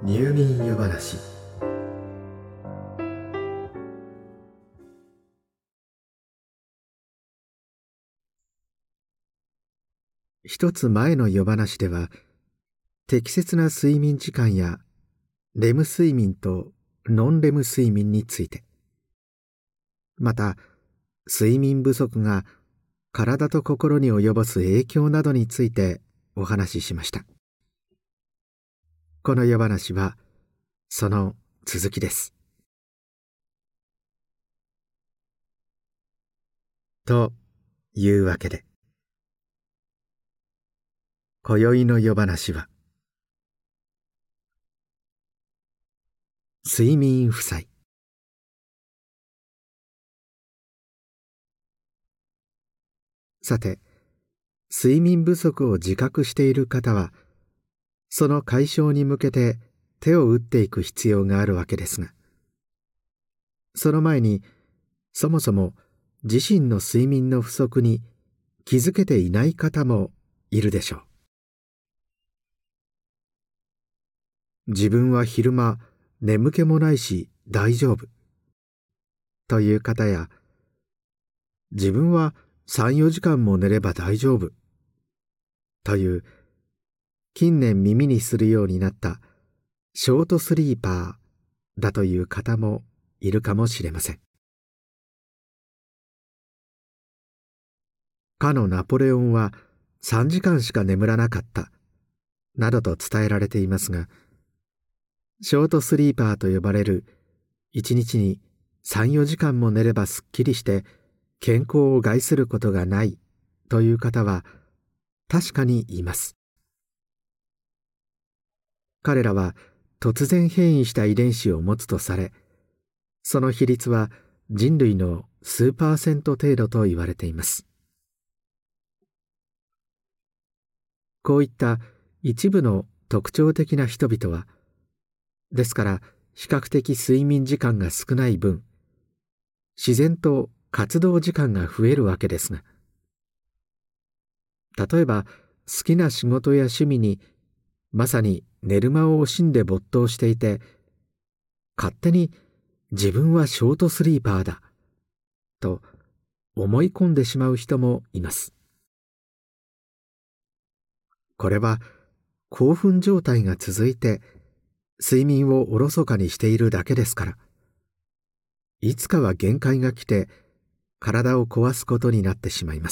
入眠夜話。一つ前の夜話では、適切な睡眠時間やレム睡眠とノンレム睡眠について、また睡眠不足が体と心に及ぼす影響などについてお話ししました。この夜話はその続きです。というわけで、今宵の夜話は睡眠負債。さて、睡眠不足を自覚している方は、その解消に向けて手を打っていく必要があるわけですが、その前にそもそも自身の睡眠の不足に気づけていない方もいるでしょう。自分は昼間眠気もないし大丈夫という方や、自分は3、4時間も寝れば大丈夫という近年耳にするようになったショートスリーパーだという方もいるかもしれません。かのナポレオンは3時間しか眠らなかったなどと伝えられていますが、ショートスリーパーと呼ばれる1日に3、4時間も寝ればすっきりして健康を害することがないという方は確かにいます。彼らは突然変異した遺伝子を持つとされ、その比率は人類の数%程度と言われています。こういった一部の特徴的な人々は、ですから比較的睡眠時間が少ない分、自然と活動時間が増えるわけですが、例えば好きな仕事や趣味にまさに寝る間を惜しんで没頭していて、勝手に自分はショートスリーパーだと思い込んでしまう人もいます。これは興奮状態が続いて睡眠をおろそかにしているだけですから、いつかは限界が来て体を壊すことになってしまいます。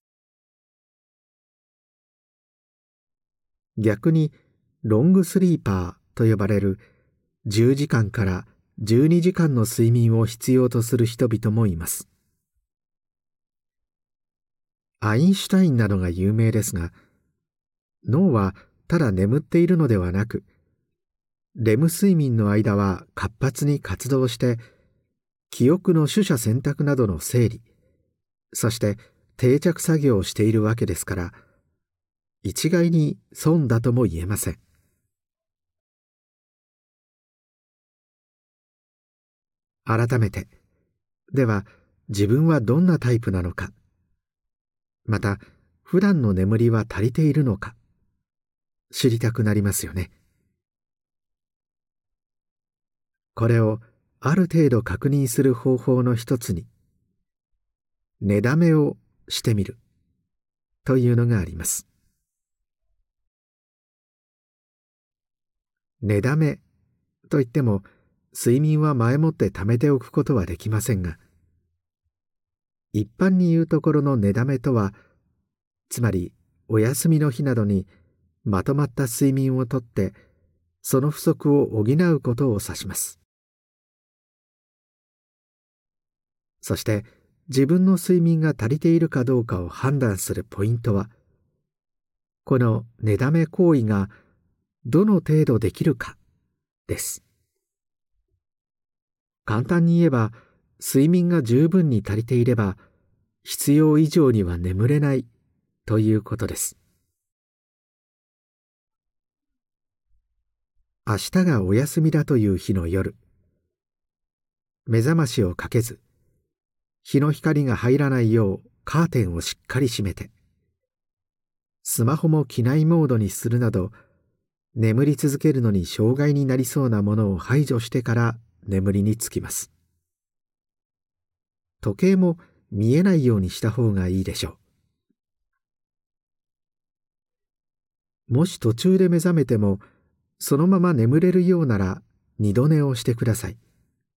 逆にロングスリーパーと呼ばれる10時間から12時間の睡眠を必要とする人々もいます。アインシュタインなどが有名ですが、脳はただ眠っているのではなく、レム睡眠の間は活発に活動して記憶の取捨選択などの整理、そして定着作業をしているわけですから、一概に損だとも言えません。改めて、では自分はどんなタイプなのか、また普段の眠りは足りているのか、知りたくなりますよね。これをある程度確認する方法の一つに、寝だめをしてみるというのがあります。寝だめといっても、睡眠は前もって貯めておくことはできませんが、一般に言うところの寝だめとは、つまりお休みの日などにまとまった睡眠をとってその不足を補うことを指します。そして自分の睡眠が足りているかどうかを判断するポイントは、この寝だめ行為がどの程度できるかです。簡単に言えば、睡眠が十分に足りていれば必要以上には眠れないということです。明日がお休みだという日の夜、目覚ましをかけず、日の光が入らないようカーテンをしっかり閉めて、スマホも機内モードにするなど、 眠り続けるのに障害になりそうなものを排除してから眠りにつきます。時計も見えないようにした方がいいでしょう。もし途中で目覚めてもそのまま眠れるようなら二度寝をしてください。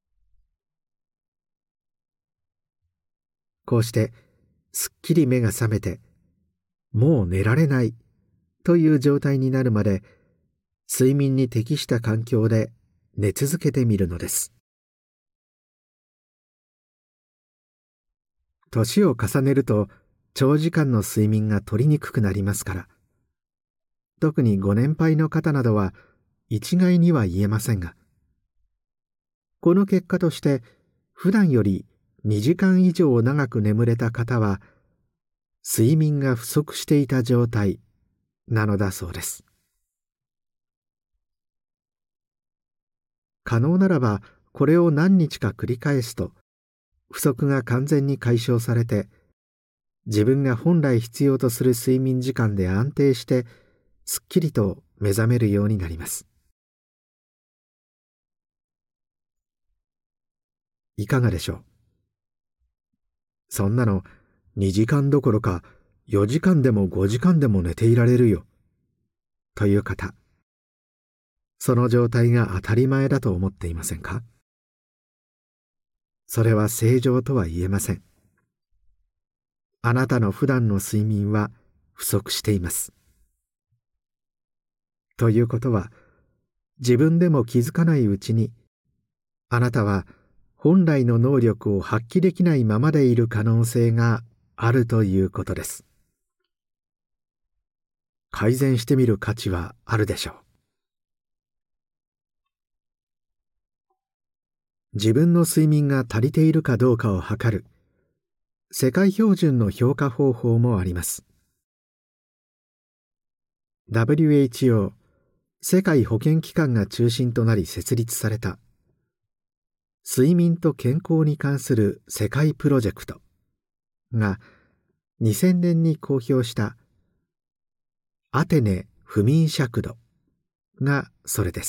こうしてすっきり目が覚めてもう寝られないという状態になるまで睡眠に適した環境で寝続けてみるのです。年を重ねると長時間の睡眠が取りにくくなりますから、特にご年配の方などは一概には言えませんが、この結果として普段より2時間以上長く眠れた方は睡眠が不足していた状態なのだそうです。可能ならばこれを何日か繰り返すと不足が完全に解消されて、自分が本来必要とする睡眠時間で安定してすっきりと目覚めるようになります。いかがでしょう。そんなの2時間どころか4時間でも5時間でも寝ていられるよという方、その状態が当たり前だと思っていませんか？それは正常とは言えません。あなたの普段の睡眠は不足しています。ということは、自分でも気づかないうちにあなたは本来の能力を発揮できないままでいる可能性があるということです。改善してみる価値はあるでしょう。自分の睡眠が足りているかどうかを測る世界標準の評価方法もあります。WHO 世界保健機関が中心となり設立された睡眠と健康に関する世界プロジェクトが2000年に公表したアテネ不眠尺度がそれです。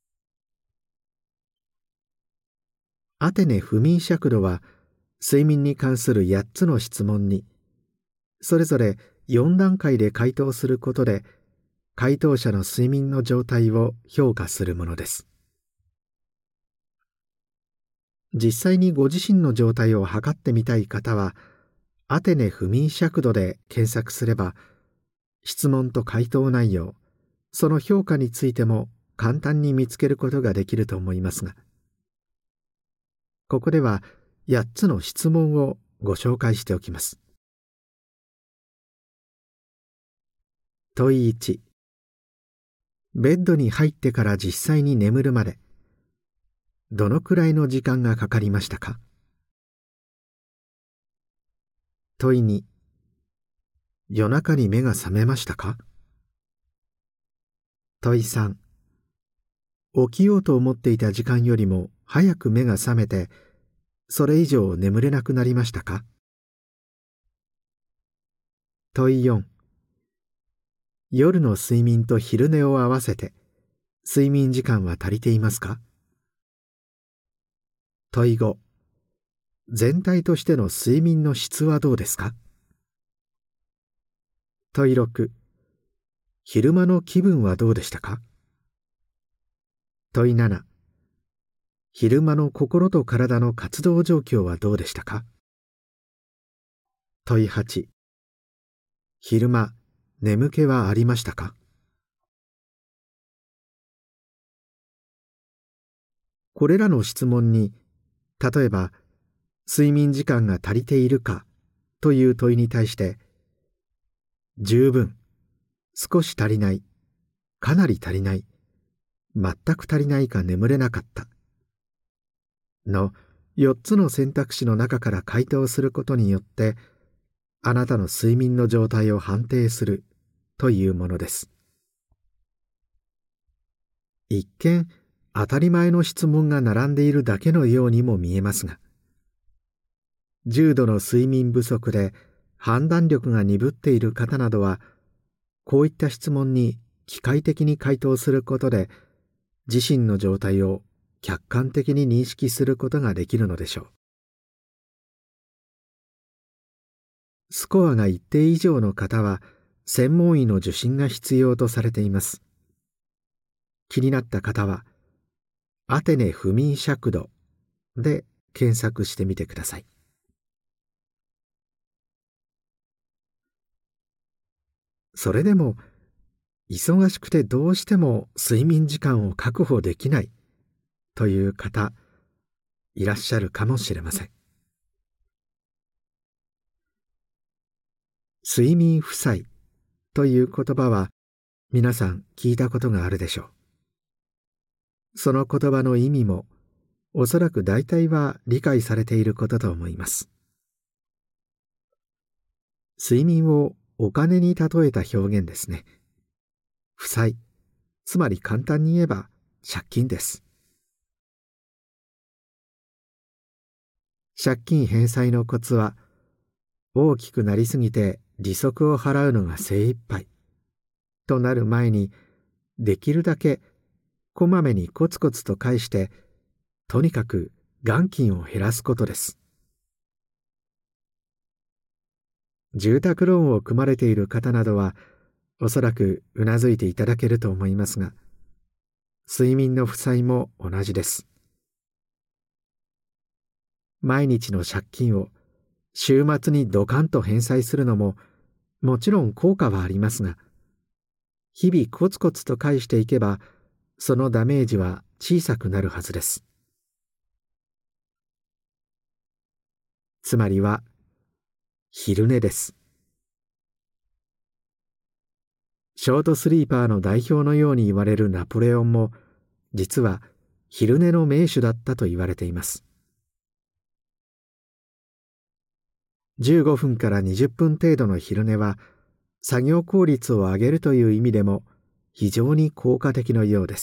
アテネ不眠尺度は睡眠に関する8つの質問にそれぞれ4段階で回答することで回答者の睡眠の状態を評価するものです。実際にご自身の状態を測ってみたい方はアテネ不眠尺度で検索すれば質問と回答内容、その評価についても簡単に見つけることができると思いますが、ここでは8つの質問をご紹介しておきます。問い1、ベッドに入ってから実際に眠るまでどのくらいの時間がかかりましたか？問い2、夜中に目が覚めましたか？問い3、起きようと思っていた時間よりも早く目が覚めてそれ以上眠れなくなりましたか？問い4、夜の睡眠と昼寝を合わせて睡眠時間は足りていますか？問い5、全体としての睡眠の質はどうですか？問い6、昼間の気分はどうでしたか？問い7、昼間の心と体の活動状況はどうでしたか？問い8、昼間眠気はありましたか？これらの質問に、例えば睡眠時間が足りているかという問いに対して十分、少し足りない、かなり足りない、全く足りないか眠れなかったの4つの選択肢の中から回答することによってあなたの睡眠の状態を判定するというものです。一見当たり前の質問が並んでいるだけのようにも見えますが、重度の睡眠不足で判断力が鈍っている方などはこういった質問に機械的に回答することで、自身の状態を客観的に認識することができるのでしょう。スコアが一定以上の方は、専門医の受診が必要とされています。気になった方は、アテネ不眠尺度で検索してみてください。それでも、忙しくてどうしても睡眠時間を確保できないという方、いらっしゃるかもしれません。睡眠負債という言葉は皆さん聞いたことがあるでしょう。その言葉の意味もおそらく大体は理解されていることと思います。睡眠をお金に例えた表現ですね。負債、つまり簡単に言えば借金です。借金返済のコツは、大きくなりすぎて利息を払うのが精一杯となる前に、できるだけこまめにコツコツと返して、とにかく元金を減らすことです。住宅ローンを組まれている方などは、おそらくうなずいていただけると思いますが、睡眠の負債も同じです。毎日の借金を週末にドカンと返済するのももちろん効果はありますが、日々コツコツと返していけば、そのダメージは小さくなるはずです。つまりは昼寝です。ショートスリーパーの代表のように言われるナポレオンも、実は昼寝の名手だったと言われています。15分から20分程度の昼寝は、作業効率を上げるという意味でも非常に効果的のようです。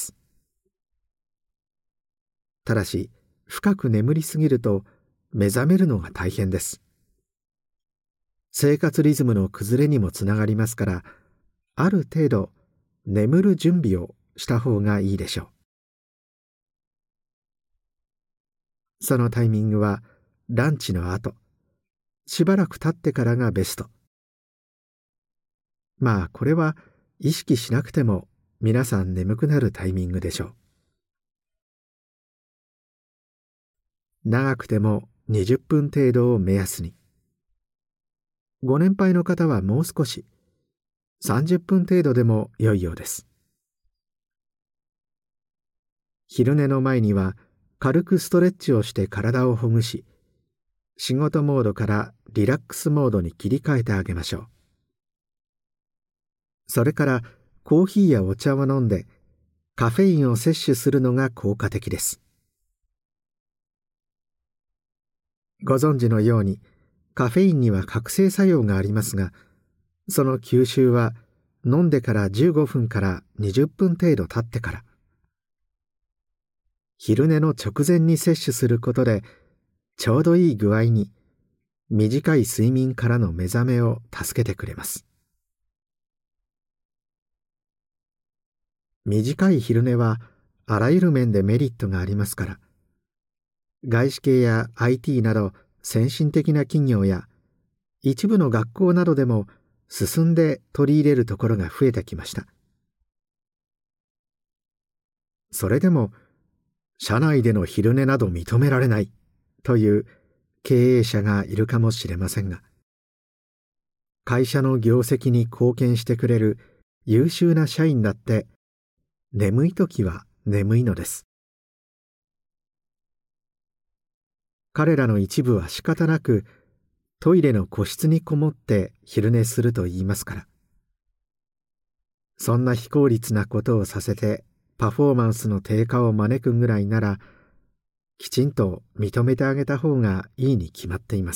ただし、深く眠りすぎると目覚めるのが大変です。生活リズムの崩れにもつながりますから、ある程度眠る準備をした方がいいでしょう。そのタイミングはランチの後、しばらく経ってからがベスト。まあこれは意識しなくても皆さん眠くなるタイミングでしょう。長くても20分程度を目安に。ご年配の方はもう少し、30分程度でも良いようです。昼寝の前には軽くストレッチをして体をほぐし、仕事モードからリラックスモードに切り替えてあげましょう。それからコーヒーやお茶を飲んでカフェインを摂取するのが効果的です。ご存知のようにカフェインには覚醒作用がありますが、その吸収は飲んでから15分から20分程度経ってから、昼寝の直前に摂取することで、ちょうどいい具合に短い睡眠からの目覚めを助けてくれます。短い昼寝はあらゆる面でメリットがありますから、外資系や IT など先進的な企業や一部の学校などでも進んで取り入れるところが増えてきました。それでも社内での昼寝など認められないという経営者がいるかもしれませんが、会社の業績に貢献してくれる優秀な社員だって眠いときは眠いのです。彼らの一部は仕方なくトイレの個室にこもって昼寝すると言いますから、そんな非効率なことをさせてパフォーマンスの低下を招くぐらいなら、きちんと認めてあげた方がいいに決まっています。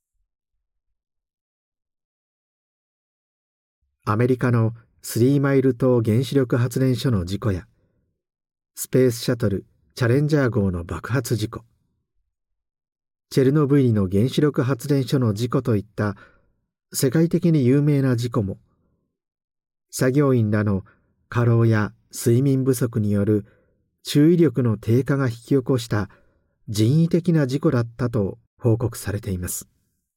アメリカのスリーマイル島原子力発電所の事故や、スペースシャトルチャレンジャー号の爆発事故、チェルノブイリの原子力発電所の事故といった世界的に有名な事故も、作業員らの過労や睡眠不足による注意力の低下が引き起こした人為的な事故だったと報告されています。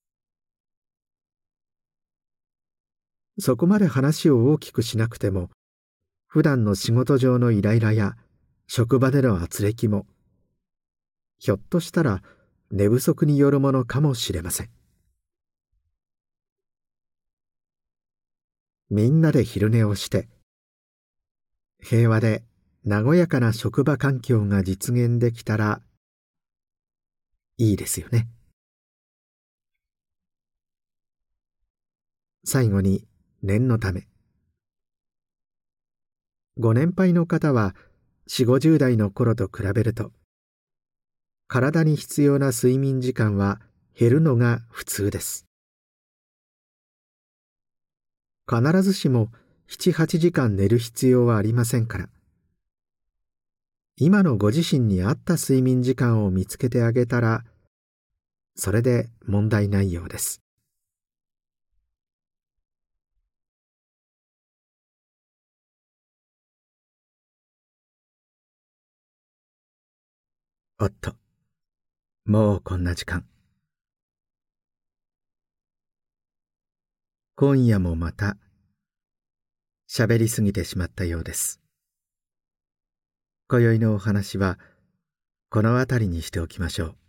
そこまで話を大きくしなくても、普段の仕事上のイライラや職場での圧力も、ひょっとしたら寝不足によるものかもしれません。みんなで昼寝をして、平和で和やかな職場環境が実現できたらいいですよね。最後に念のため、ご年配の方は4、50代の頃と比べると、体に必要な睡眠時間は減るのが普通です。必ずしも7、8時間寝る必要はありませんから、今のご自身に合った睡眠時間を見つけてあげたら、それで問題ないようです。おっと、もうこんな時間。今夜もまた喋りすぎてしまったようです。今宵のお話はこの辺りにしておきましょ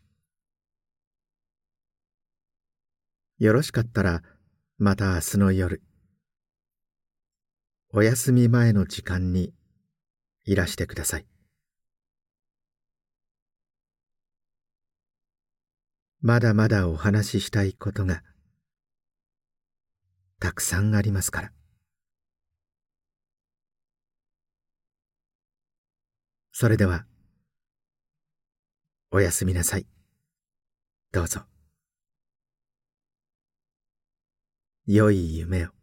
う。よろしかったらまた明日の夜、お休み前の時間にいらしてください。まだまだお話ししたいことがたくさんありますから。それではおやすみなさい。どうぞ。良い夢を。